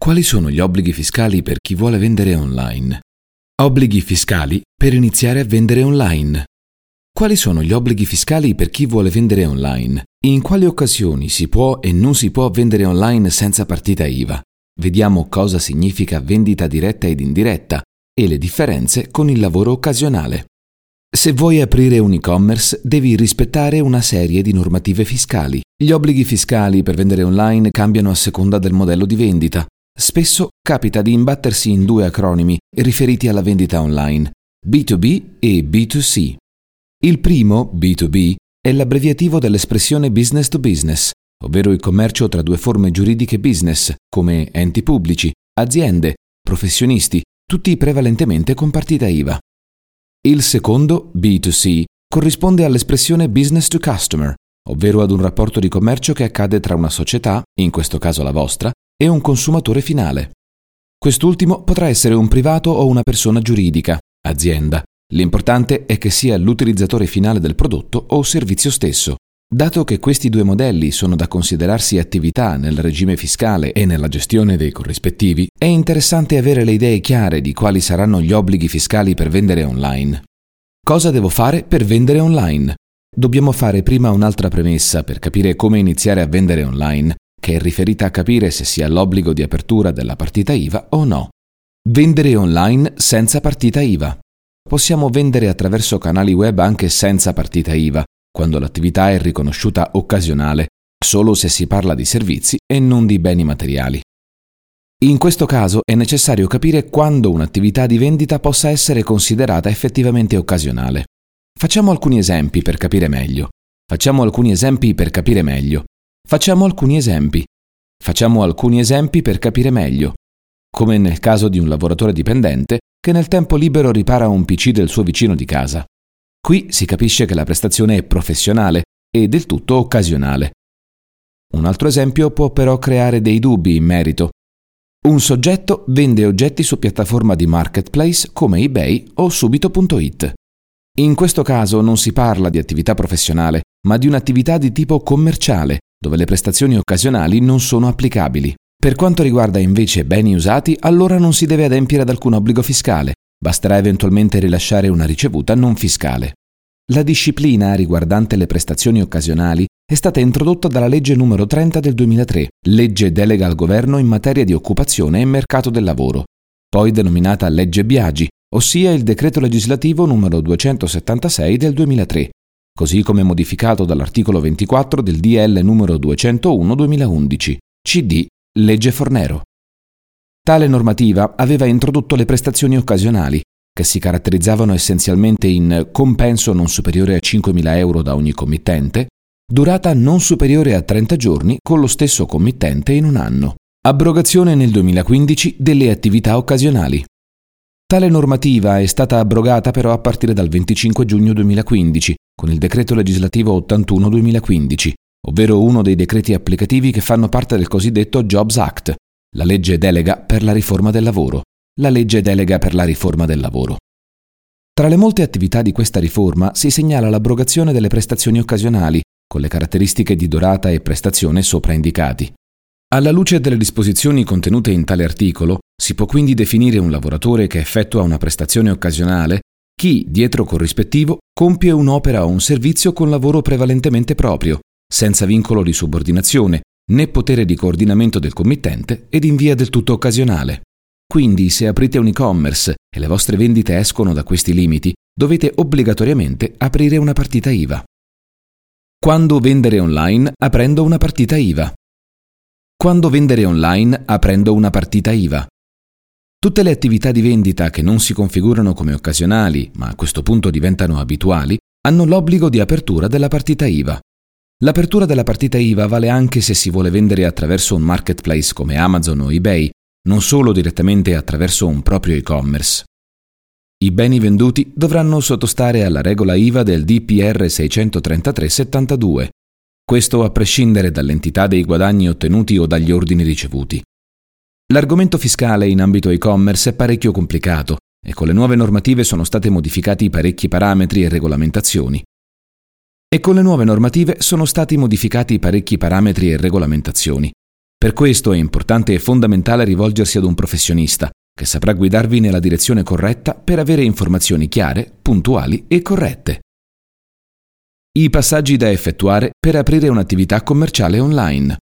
Quali sono gli obblighi fiscali per chi vuole vendere online? Obblighi fiscali per iniziare a vendere online. Quali sono gli obblighi fiscali per chi vuole vendere online? In quali occasioni si può e non si può vendere online senza partita IVA? Vediamo cosa significa vendita diretta ed indiretta e le differenze con il lavoro occasionale. Se vuoi aprire un e-commerce, devi rispettare una serie di normative fiscali. Gli obblighi fiscali per vendere online cambiano a seconda del modello di vendita. Spesso capita di imbattersi in due acronimi riferiti alla vendita online, B2B e B2C. Il primo, B2B, è l'abbreviativo dell'espressione business to business, ovvero il commercio tra due forme giuridiche business, come enti pubblici, aziende, professionisti, tutti prevalentemente con partita IVA. Il secondo, B2C, corrisponde all'espressione business to customer, ovvero ad un rapporto di commercio che accade tra una società, in questo caso la vostra, e un consumatore finale. Quest'ultimo potrà essere un privato o una persona giuridica, azienda. L'importante è che sia l'utilizzatore finale del prodotto o servizio stesso. Dato che questi due modelli sono da considerarsi attività nel regime fiscale e nella gestione dei corrispettivi, è interessante avere le idee chiare di quali saranno gli obblighi fiscali per vendere online. Cosa devo fare per vendere online? Dobbiamo fare prima un'altra premessa per capire come iniziare a vendere online, che è riferita a capire se sia l'obbligo di apertura della partita IVA o no. Vendere online senza partita IVA. Possiamo vendere attraverso canali web anche senza partita IVA, quando l'attività è riconosciuta occasionale, solo se si parla di servizi e non di beni materiali. In questo caso è necessario capire quando un'attività di vendita possa essere considerata effettivamente occasionale. Facciamo alcuni esempi per capire meglio. Facciamo alcuni esempi per capire meglio. Come nel caso di un lavoratore dipendente che nel tempo libero ripara un PC del suo vicino di casa. Qui si capisce che la prestazione è professionale e del tutto occasionale. Un altro esempio può però creare dei dubbi in merito. Un soggetto vende oggetti su piattaforma di marketplace come eBay o subito.it. In questo caso non si parla di attività professionale, ma di un'attività di tipo commerciale, dove le prestazioni occasionali non sono applicabili. Per quanto riguarda invece beni usati, allora non si deve adempiere ad alcun obbligo fiscale, basterà eventualmente rilasciare una ricevuta non fiscale. La disciplina riguardante le prestazioni occasionali è stata introdotta dalla legge numero 30 del 2003, legge delega al governo in materia di occupazione e mercato del lavoro, poi denominata legge Biagi, ossia il decreto legislativo numero 276 del 2003, così come modificato dall'articolo 24 del DL numero 201/2011, CD legge Fornero. Tale normativa aveva introdotto le prestazioni occasionali, che si caratterizzavano essenzialmente in compenso non superiore a 5.000 euro da ogni committente, durata non superiore a 30 giorni con lo stesso committente in un anno, abrogazione nel 2015 delle attività occasionali. Tale normativa è stata abrogata però a partire dal 25 giugno 2015 con il decreto legislativo 81/2015, ovvero uno dei decreti applicativi che fanno parte del cosiddetto Jobs Act, la legge delega per la riforma del lavoro. Tra le molte attività di questa riforma si segnala l'abrogazione delle prestazioni occasionali, con le caratteristiche di durata e prestazione sopra indicati. Alla luce delle disposizioni contenute in tale articolo, si può quindi definire un lavoratore che effettua una prestazione occasionale chi, dietro corrispettivo, compie un'opera o un servizio con lavoro prevalentemente proprio, senza vincolo di subordinazione, né potere di coordinamento del committente ed in via del tutto occasionale. Quindi, se aprite un e-commerce e le vostre vendite escono da questi limiti, dovete obbligatoriamente aprire una partita IVA. Quando vendere online aprendo una partita IVA? Tutte le attività di vendita che non si configurano come occasionali, ma a questo punto diventano abituali, hanno l'obbligo di apertura della partita IVA. L'apertura della partita IVA vale anche se si vuole vendere attraverso un marketplace come Amazon o eBay, non solo direttamente attraverso un proprio e-commerce. I beni venduti dovranno sottostare alla regola IVA del DPR 633/72, questo a prescindere dall'entità dei guadagni ottenuti o dagli ordini ricevuti. L'argomento fiscale in ambito e-commerce è parecchio complicato e con le nuove normative sono stati modificati parecchi parametri e regolamentazioni. Per questo è importante e fondamentale rivolgersi ad un professionista che saprà guidarvi nella direzione corretta per avere informazioni chiare, puntuali e corrette. I passaggi da effettuare per aprire un'attività commerciale online.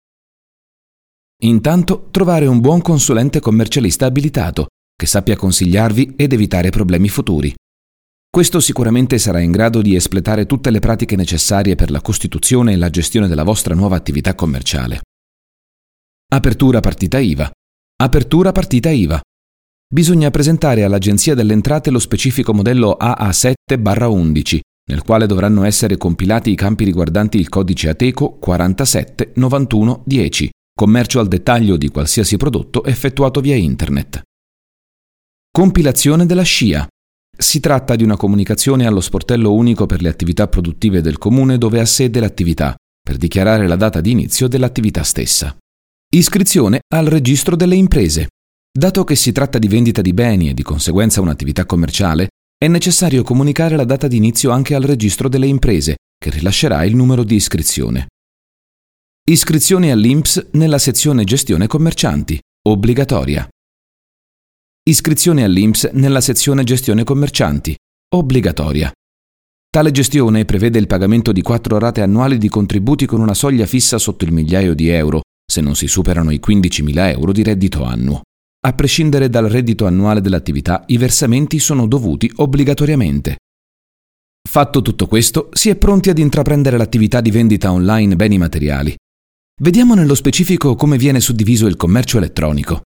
Intanto, trovare un buon consulente commercialista abilitato che sappia consigliarvi ed evitare problemi futuri. Questo sicuramente sarà in grado di espletare tutte le pratiche necessarie per la costituzione e la gestione della vostra nuova attività commerciale. Apertura partita IVA. Apertura partita IVA. Bisogna presentare all'Agenzia delle Entrate lo specifico modello AA7/11, nel quale dovranno essere compilati i campi riguardanti il codice Ateco 47 91 10, commercio al dettaglio di qualsiasi prodotto effettuato via internet. Compilazione della SCIA. Si tratta di una comunicazione allo sportello unico per le attività produttive del comune dove ha sede l'attività, per dichiarare la data di inizio dell'attività stessa. Iscrizione al registro delle imprese. Dato che si tratta di vendita di beni e di conseguenza un'attività commerciale, è necessario comunicare la data di inizio anche al registro delle imprese, che rilascerà il numero di iscrizione. Iscrizione all'INPS nella sezione Gestione commercianti, obbligatoria. Iscrizione all'INPS nella sezione Gestione commercianti, obbligatoria. Tale gestione prevede il pagamento di 4 rate annuali di contributi con una soglia fissa sotto il migliaio di euro, se non si superano i 15.000 euro di reddito annuo. A prescindere dal reddito annuale dell'attività, i versamenti sono dovuti obbligatoriamente. Fatto tutto questo, si è pronti ad intraprendere l'attività di vendita online beni materiali. Vediamo nello specifico come viene suddiviso il commercio elettronico.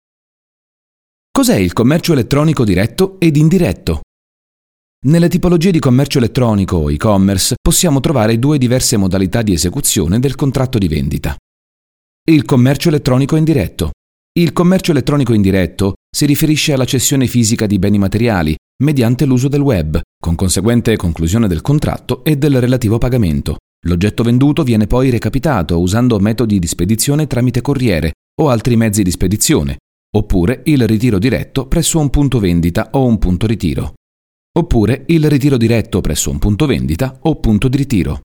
Cos'è il commercio elettronico diretto ed indiretto? Nelle tipologie di commercio elettronico o e-commerce possiamo trovare 2 diverse modalità di esecuzione del contratto di vendita. Il commercio elettronico indiretto. Il commercio elettronico indiretto si riferisce alla cessione fisica di beni materiali mediante l'uso del web, con conseguente conclusione del contratto e del relativo pagamento. L'oggetto venduto viene poi recapitato usando metodi di spedizione tramite corriere o altri mezzi di spedizione, oppure il ritiro diretto presso un punto vendita o un punto ritiro, oppure il ritiro diretto presso un punto vendita o punto di ritiro.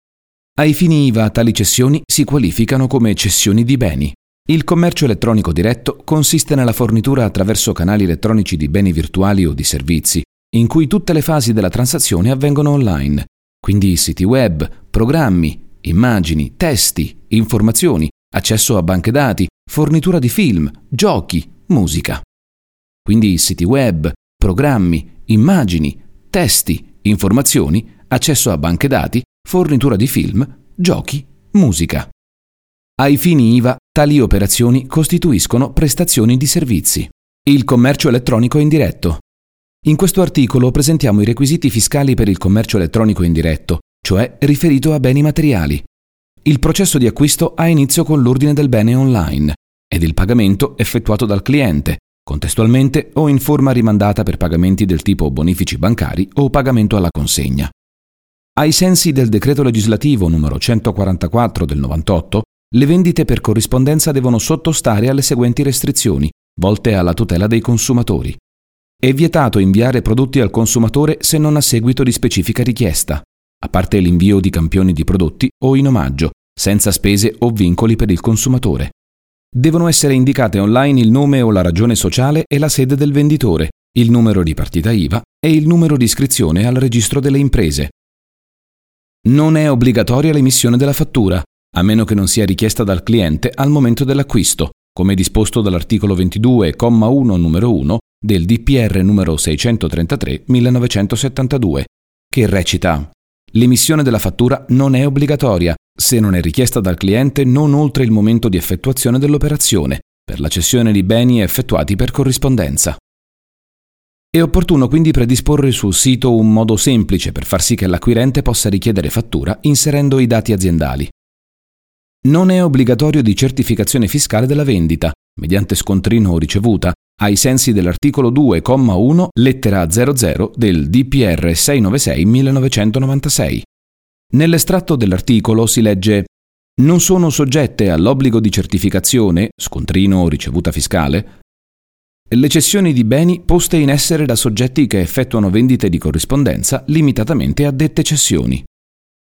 Ai fini IVA tali cessioni si qualificano come cessioni di beni. Il commercio elettronico diretto consiste nella fornitura attraverso canali elettronici di beni virtuali o di servizi, in cui tutte le fasi della transazione avvengono online, quindi siti web, programmi, immagini, testi, informazioni, accesso a banche dati, fornitura di film, giochi, musica. Quindi siti web, programmi, immagini, testi, informazioni, accesso a banche dati, fornitura di film, giochi, musica. Ai fini IVA, tali operazioni costituiscono prestazioni di servizi. Il commercio elettronico indiretto. In questo articolo presentiamo i requisiti fiscali per il commercio elettronico indiretto, cioè riferito a beni materiali. Il processo di acquisto ha inizio con l'ordine del bene online ed il pagamento effettuato dal cliente, contestualmente o in forma rimandata per pagamenti del tipo bonifici bancari o pagamento alla consegna. Ai sensi del decreto legislativo numero 144 del 98, le vendite per corrispondenza devono sottostare alle seguenti restrizioni, volte alla tutela dei consumatori. È vietato inviare prodotti al consumatore se non a seguito di specifica richiesta, a parte l'invio di campioni di prodotti o in omaggio, senza spese o vincoli per il consumatore. Devono essere indicate online il nome o la ragione sociale e la sede del venditore, il numero di partita IVA e il numero di iscrizione al registro delle imprese. Non è obbligatoria l'emissione della fattura, a meno che non sia richiesta dal cliente al momento dell'acquisto, come disposto dall'articolo 22, comma 1, numero 1 del DPR numero 633/1972, che recita: l'emissione della fattura non è obbligatoria se non è richiesta dal cliente non oltre il momento di effettuazione dell'operazione, per la cessione di beni effettuati per corrispondenza. È opportuno quindi predisporre sul sito un modo semplice per far sì che l'acquirente possa richiedere fattura inserendo i dati aziendali. Non è obbligatorio di certificazione fiscale della vendita, mediante scontrino o ricevuta, ai sensi dell'articolo 2, comma 1, lettera 00 del DPR 696/1996. Nell'estratto dell'articolo si legge: non sono soggette all'obbligo di certificazione, scontrino o ricevuta fiscale, le cessioni di beni poste in essere da soggetti che effettuano vendite di corrispondenza limitatamente a dette cessioni.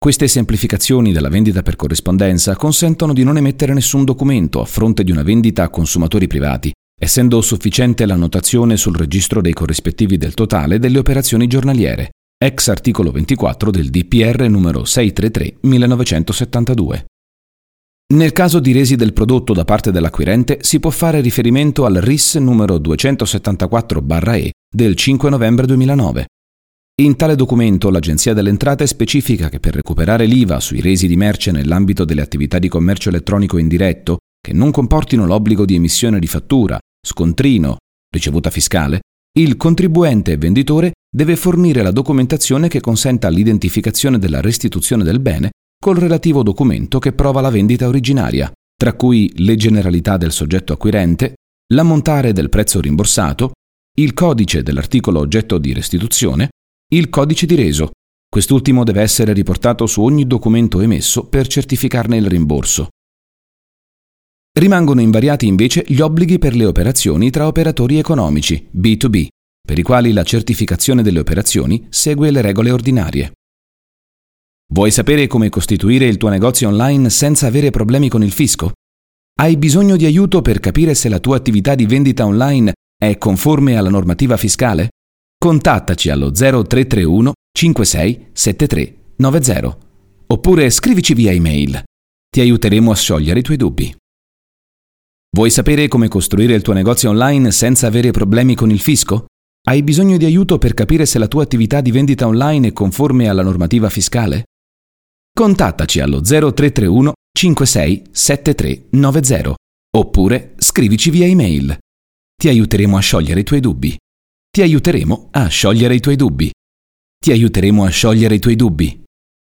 Queste semplificazioni della vendita per corrispondenza consentono di non emettere nessun documento a fronte di una vendita a consumatori privati, essendo sufficiente l'annotazione sul registro dei corrispettivi del totale delle operazioni giornaliere, ex articolo 24 del DPR numero 633/1972. Nel caso di resi del prodotto da parte dell'acquirente si può fare riferimento al RIS numero 274/E del 5 novembre 2009. In tale documento l'Agenzia delle Entrate specifica che per recuperare l'IVA sui resi di merce nell'ambito delle attività di commercio elettronico indiretto che non comportino l'obbligo di emissione di fattura, scontrino, ricevuta fiscale, il contribuente e venditore deve fornire la documentazione che consenta l'identificazione della restituzione del bene col relativo documento che prova la vendita originaria, tra cui le generalità del soggetto acquirente, l'ammontare del prezzo rimborsato, il codice dell'articolo oggetto di restituzione, il codice di reso. Quest'ultimo deve essere riportato su ogni documento emesso per certificarne il rimborso. Rimangono invariati invece gli obblighi per le operazioni tra operatori economici, B2B, per i quali la certificazione delle operazioni segue le regole ordinarie. Vuoi sapere come costituire il tuo negozio online senza avere problemi con il fisco? Hai bisogno di aiuto per capire se la tua attività di vendita online è conforme alla normativa fiscale? Contattaci allo 0331 56 73 90 oppure scrivici via email. Ti aiuteremo a sciogliere i tuoi dubbi. Vuoi sapere come costruire il tuo negozio online senza avere problemi con il fisco? Hai bisogno di aiuto per capire se la tua attività di vendita online è conforme alla normativa fiscale? Contattaci allo 0331 56 73 90 oppure scrivici via email. Ti aiuteremo a sciogliere i tuoi dubbi. Ti aiuteremo a sciogliere i tuoi dubbi. Ti aiuteremo a sciogliere i tuoi dubbi.